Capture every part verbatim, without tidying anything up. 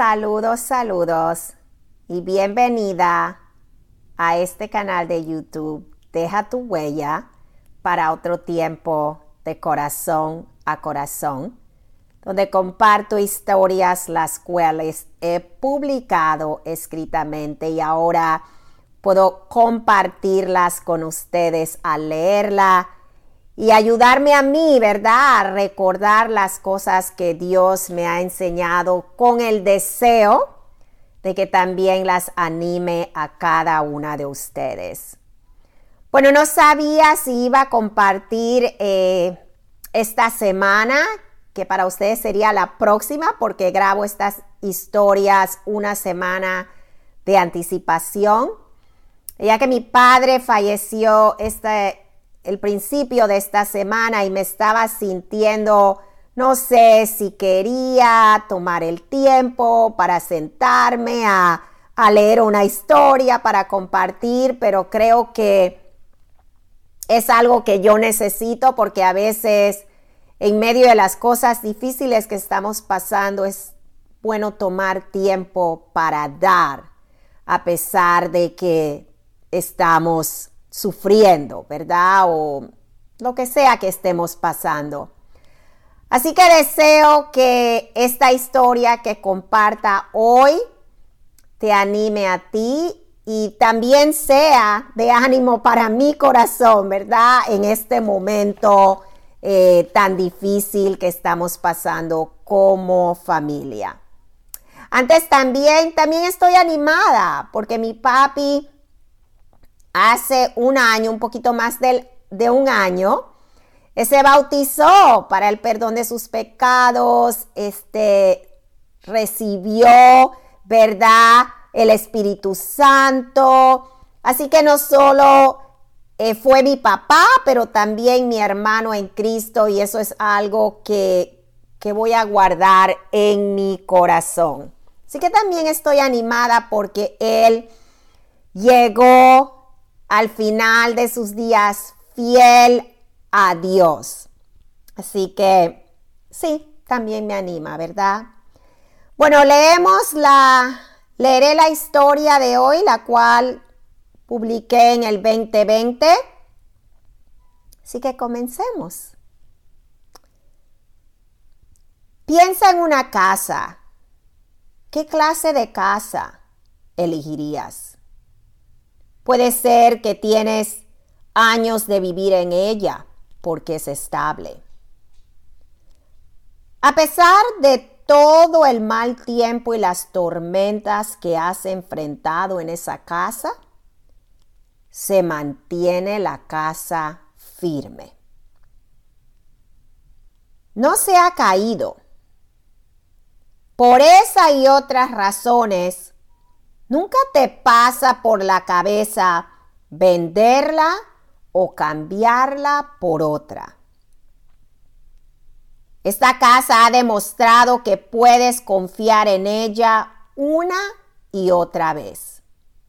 Saludos, saludos y bienvenida a este canal de YouTube Deja tu huella para otro tiempo de corazón a corazón, donde comparto historias las cuales he publicado escritamente y ahora puedo compartirlas con ustedes al leerla y ayudarme a mí, ¿verdad?, a recordar las cosas que Dios me ha enseñado con el deseo de que también las anime a cada una de ustedes. Bueno, no sabía si iba a compartir eh, esta semana, que para ustedes sería la próxima, porque grabo estas historias una semana de anticipación, ya que mi padre falleció este el principio de esta semana y me estaba sintiendo, no sé si quería tomar el tiempo para sentarme a, a leer una historia para compartir, pero creo que es algo que yo necesito porque a veces en medio de las cosas difíciles que estamos pasando es bueno tomar tiempo para dar, a pesar de que estamos sufriendo, ¿verdad? O lo que sea que estemos pasando. Así que deseo que esta historia que comparta hoy te anime a ti y también sea de ánimo para mi corazón, ¿verdad? En este momento eh, tan difícil que estamos pasando como familia. Antes también, también estoy animada porque mi papi hace un año, un poquito más de, de un año, se bautizó para el perdón de sus pecados, este, recibió, ¿verdad?, el Espíritu Santo. Así que no solo eh, fue mi papá, pero también mi hermano en Cristo, y eso es algo que, que voy a guardar en mi corazón. Así que también estoy animada porque él llegó al final de sus días fiel a Dios. Así que sí, también me anima, ¿verdad? Bueno, leemos la, leeré la historia de hoy, la cual publiqué en el veinte veinte. Así que comencemos. Piensa en una casa. ¿Qué clase de casa elegirías? Puede ser que tienes años de vivir en ella porque es estable. A pesar de todo el mal tiempo y las tormentas que has enfrentado en esa casa, se mantiene la casa firme. No se ha caído. Por esa y otras razones, ¿nunca te pasa por la cabeza venderla o cambiarla por otra? Esta casa ha demostrado que puedes confiar en ella una y otra vez.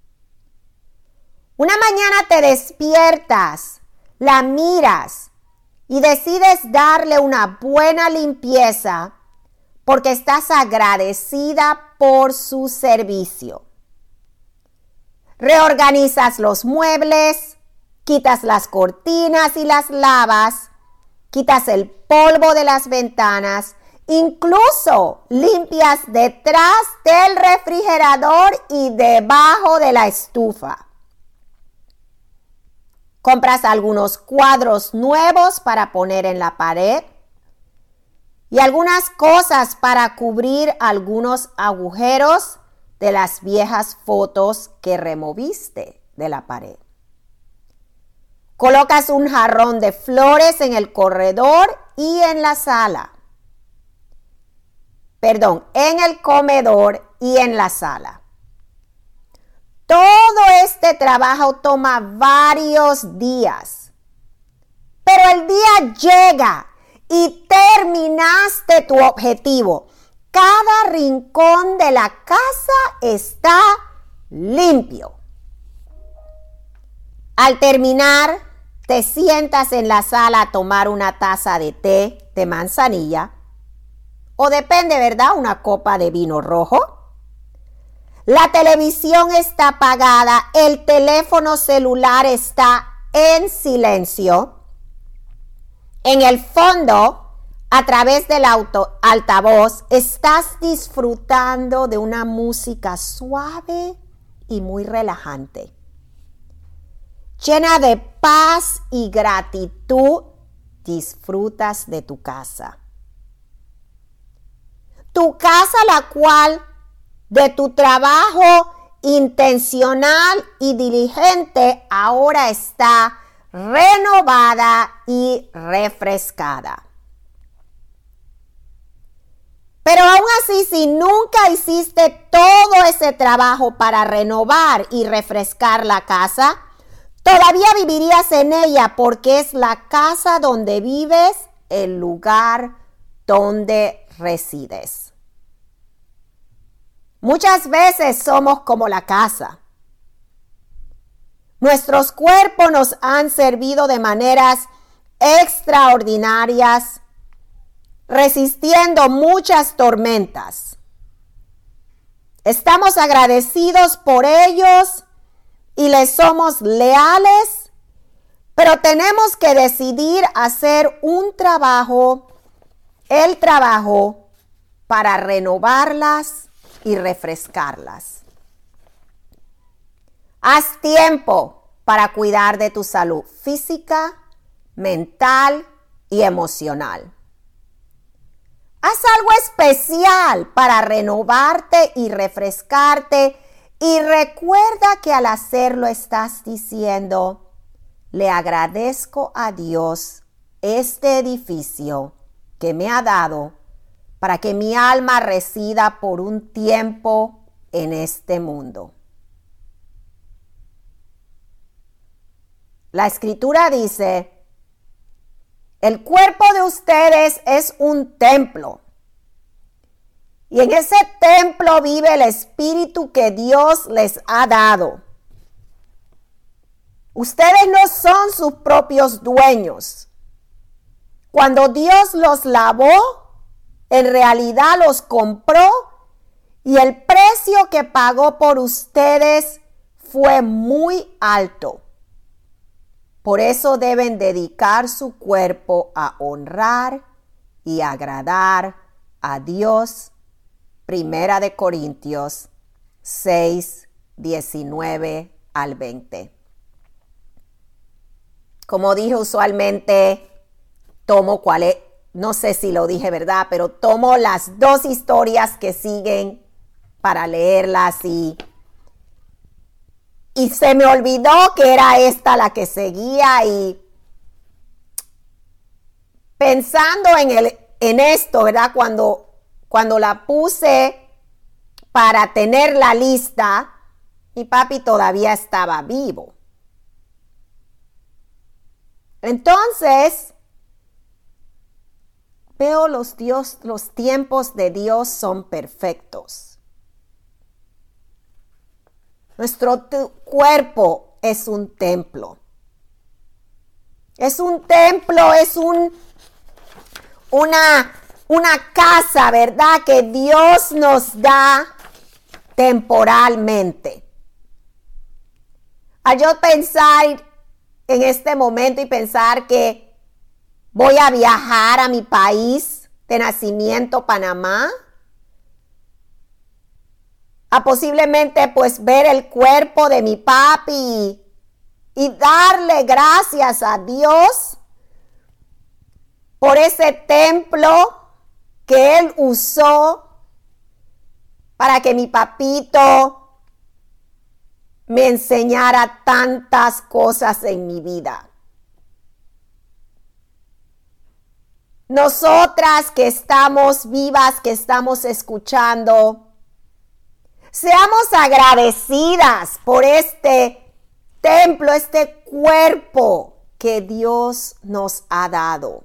Una mañana te despiertas, la miras y decides darle una buena limpieza porque estás agradecida por su servicio. Reorganizas los muebles, quitas las cortinas y las lavas, quitas el polvo de las ventanas, incluso limpias detrás del refrigerador y debajo de la estufa. Compras algunos cuadros nuevos para poner en la pared y algunas cosas para cubrir algunos agujeros de las viejas fotos que removiste de la pared. Colocas un jarrón de flores en el corredor y en la sala. Perdón, en el comedor y en la sala. Todo este trabajo toma varios días, pero el día llega y terminaste tu objetivo. Cada rincón de la casa está limpio. Al terminar, te sientas en la sala a tomar una taza de té de manzanilla o depende, ¿verdad?, una copa de vino rojo. la televisión está apagada, el teléfono celular está en silencio, en el fondo, a través del auto, altavoz, estás disfrutando de una música suave y muy relajante, llena de paz y gratitud. Disfrutas de tu casa. Tu casa, la cual de tu trabajo intencional y diligente ahora está renovada y refrescada. Pero aún así, si nunca hiciste todo ese trabajo para renovar y refrescar la casa, todavía vivirías en ella porque es la casa donde vives, el lugar donde resides. Muchas veces somos como la casa. Nuestros cuerpos nos han servido de maneras extraordinarias, resistiendo muchas tormentas. Estamos agradecidos por ellos y les somos leales, pero tenemos que decidir hacer un trabajo, el trabajo para renovarlas y refrescarlas. Haz tiempo para cuidar de tu salud física, mental y emocional. Haz algo especial para renovarte y refrescarte y recuerda que al hacerlo estás diciendo, le agradezco a Dios este edificio que me ha dado para que mi alma resida por un tiempo en este mundo. La Escritura dice, el cuerpo de ustedes es un templo. Y en ese templo vive el Espíritu que Dios les ha dado. Ustedes no son sus propios dueños. Cuando Dios los lavó, en realidad los compró y el precio que pagó por ustedes fue muy alto. Por eso deben dedicar su cuerpo a honrar y agradar a Dios. Primera de Corintios seis, diecinueve al veinte. Como dije, usualmente tomo cuál es, no sé si lo dije verdad, pero tomo las dos historias que siguen para leerlas y Y se me olvidó que era esta la que seguía y pensando en, el, en esto, ¿verdad? Cuando, cuando la puse para tener la lista, mi papi todavía estaba vivo. Entonces, veo los, Dios, los tiempos de Dios son perfectos. Nuestro cuerpo es un templo. Es un templo, es un, una, una casa, ¿verdad? Que Dios nos da temporalmente. Al yo pensar en este momento y pensar que voy a viajar a mi país de nacimiento, Panamá, a posiblemente pues ver el cuerpo de mi papi y, y darle gracias a Dios por ese templo que Él usó para que mi papito me enseñara tantas cosas en mi vida. Nosotras que estamos vivas, que estamos escuchando, seamos agradecidas por este templo, este cuerpo que Dios nos ha dado.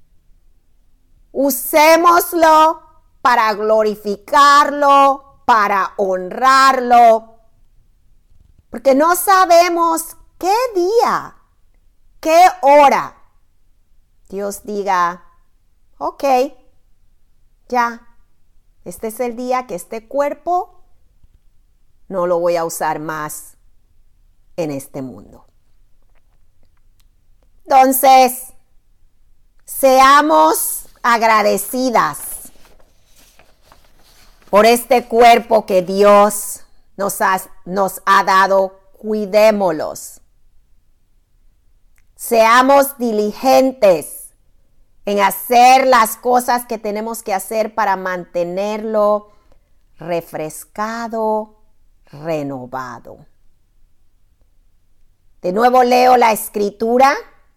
Usémoslo para glorificarlo, para honrarlo, porque no sabemos qué día, qué hora Dios diga, ok, ya, este es el día que este cuerpo no lo voy a usar más en este mundo. Entonces, seamos agradecidas por este cuerpo que Dios nos ha, nos ha dado. Cuidémoslos. Seamos diligentes en hacer las cosas que tenemos que hacer para mantenerlo refrescado, renovado. De nuevo leo la escritura.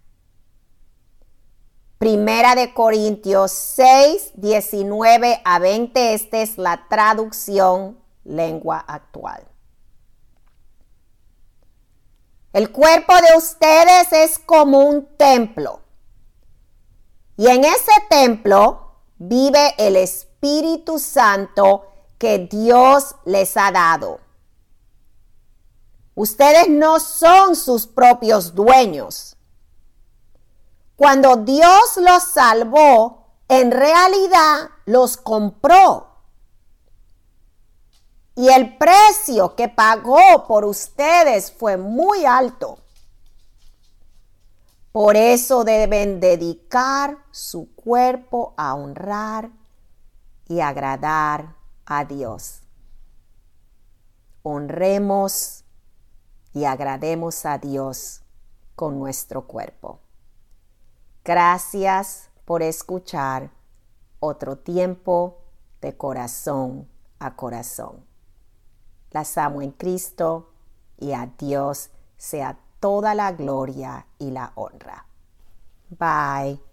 Primera de Corintios seis, diecinueve a veinte. Esta es la traducción lengua actual. El cuerpo de ustedes es como un templo. Y en ese templo vive el Espíritu Santo que Dios les ha dado. Ustedes no son sus propios dueños. Cuando Dios los salvó, en realidad los compró. Y el precio que pagó por ustedes fue muy alto. Por eso deben dedicar su cuerpo a honrar y agradar a Dios. Honremos y agrademos a Dios con nuestro cuerpo. Gracias por escuchar otro tiempo de corazón a corazón. Las amo en Cristo y a Dios sea toda la gloria y la honra. Bye.